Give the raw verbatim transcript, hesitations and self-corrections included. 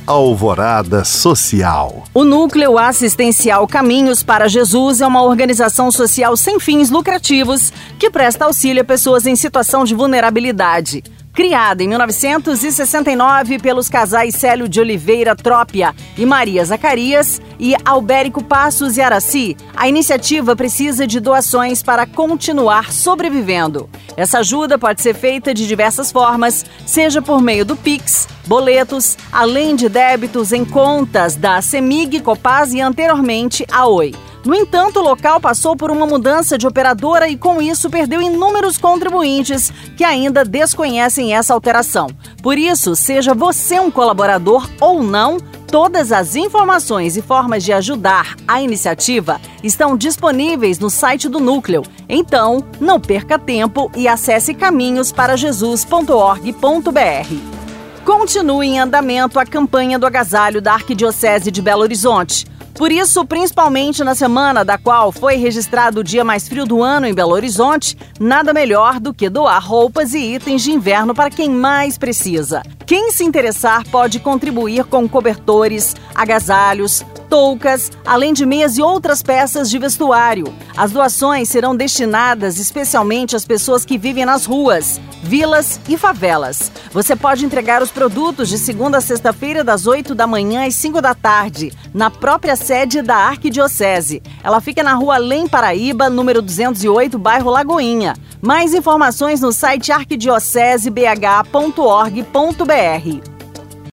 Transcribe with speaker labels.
Speaker 1: Alvorada Social.
Speaker 2: O Núcleo Assistencial Caminhos para Jesus é uma organização social sem fins lucrativos que presta auxílio a pessoas em situação de vulnerabilidade. Criada em mil novecentos e sessenta e nove pelos casais Célio de Oliveira Trópia e Maria Zacarias e Albérico Passos e Araci, a iniciativa precisa de doações para continuar sobrevivendo. Essa ajuda pode ser feita de diversas formas, seja por meio do Pix, boletos, além de débitos em contas da CEMIG, Copaz e anteriormente a Oi. No entanto, o local passou por uma mudança de operadora e, com isso, perdeu inúmeros contribuintes que ainda desconhecem essa alteração. Por isso, seja você um colaborador ou não, todas as informações e formas de ajudar a iniciativa estão disponíveis no site do Núcleo. Então, não perca tempo e acesse caminhos para jesus ponto org ponto br. Continua em andamento a campanha do agasalho da Arquidiocese de Belo Horizonte. Por isso, principalmente na semana da qual foi registrado o dia mais frio do ano em Belo Horizonte, nada melhor do que doar roupas e itens de inverno para quem mais precisa. Quem se interessar pode contribuir com cobertores, agasalhos, toucas, além de meias e outras peças de vestuário. As doações serão destinadas especialmente às pessoas que vivem nas ruas, vilas e favelas. Você pode entregar os produtos de segunda a sexta-feira, das oito da manhã às cinco da tarde, na própria sede da Arquidiocese. Ela fica na rua Lem Paraíba, número duzentos e oito, bairro Lagoinha. Mais informações no site arquidiocese b h ponto org ponto br.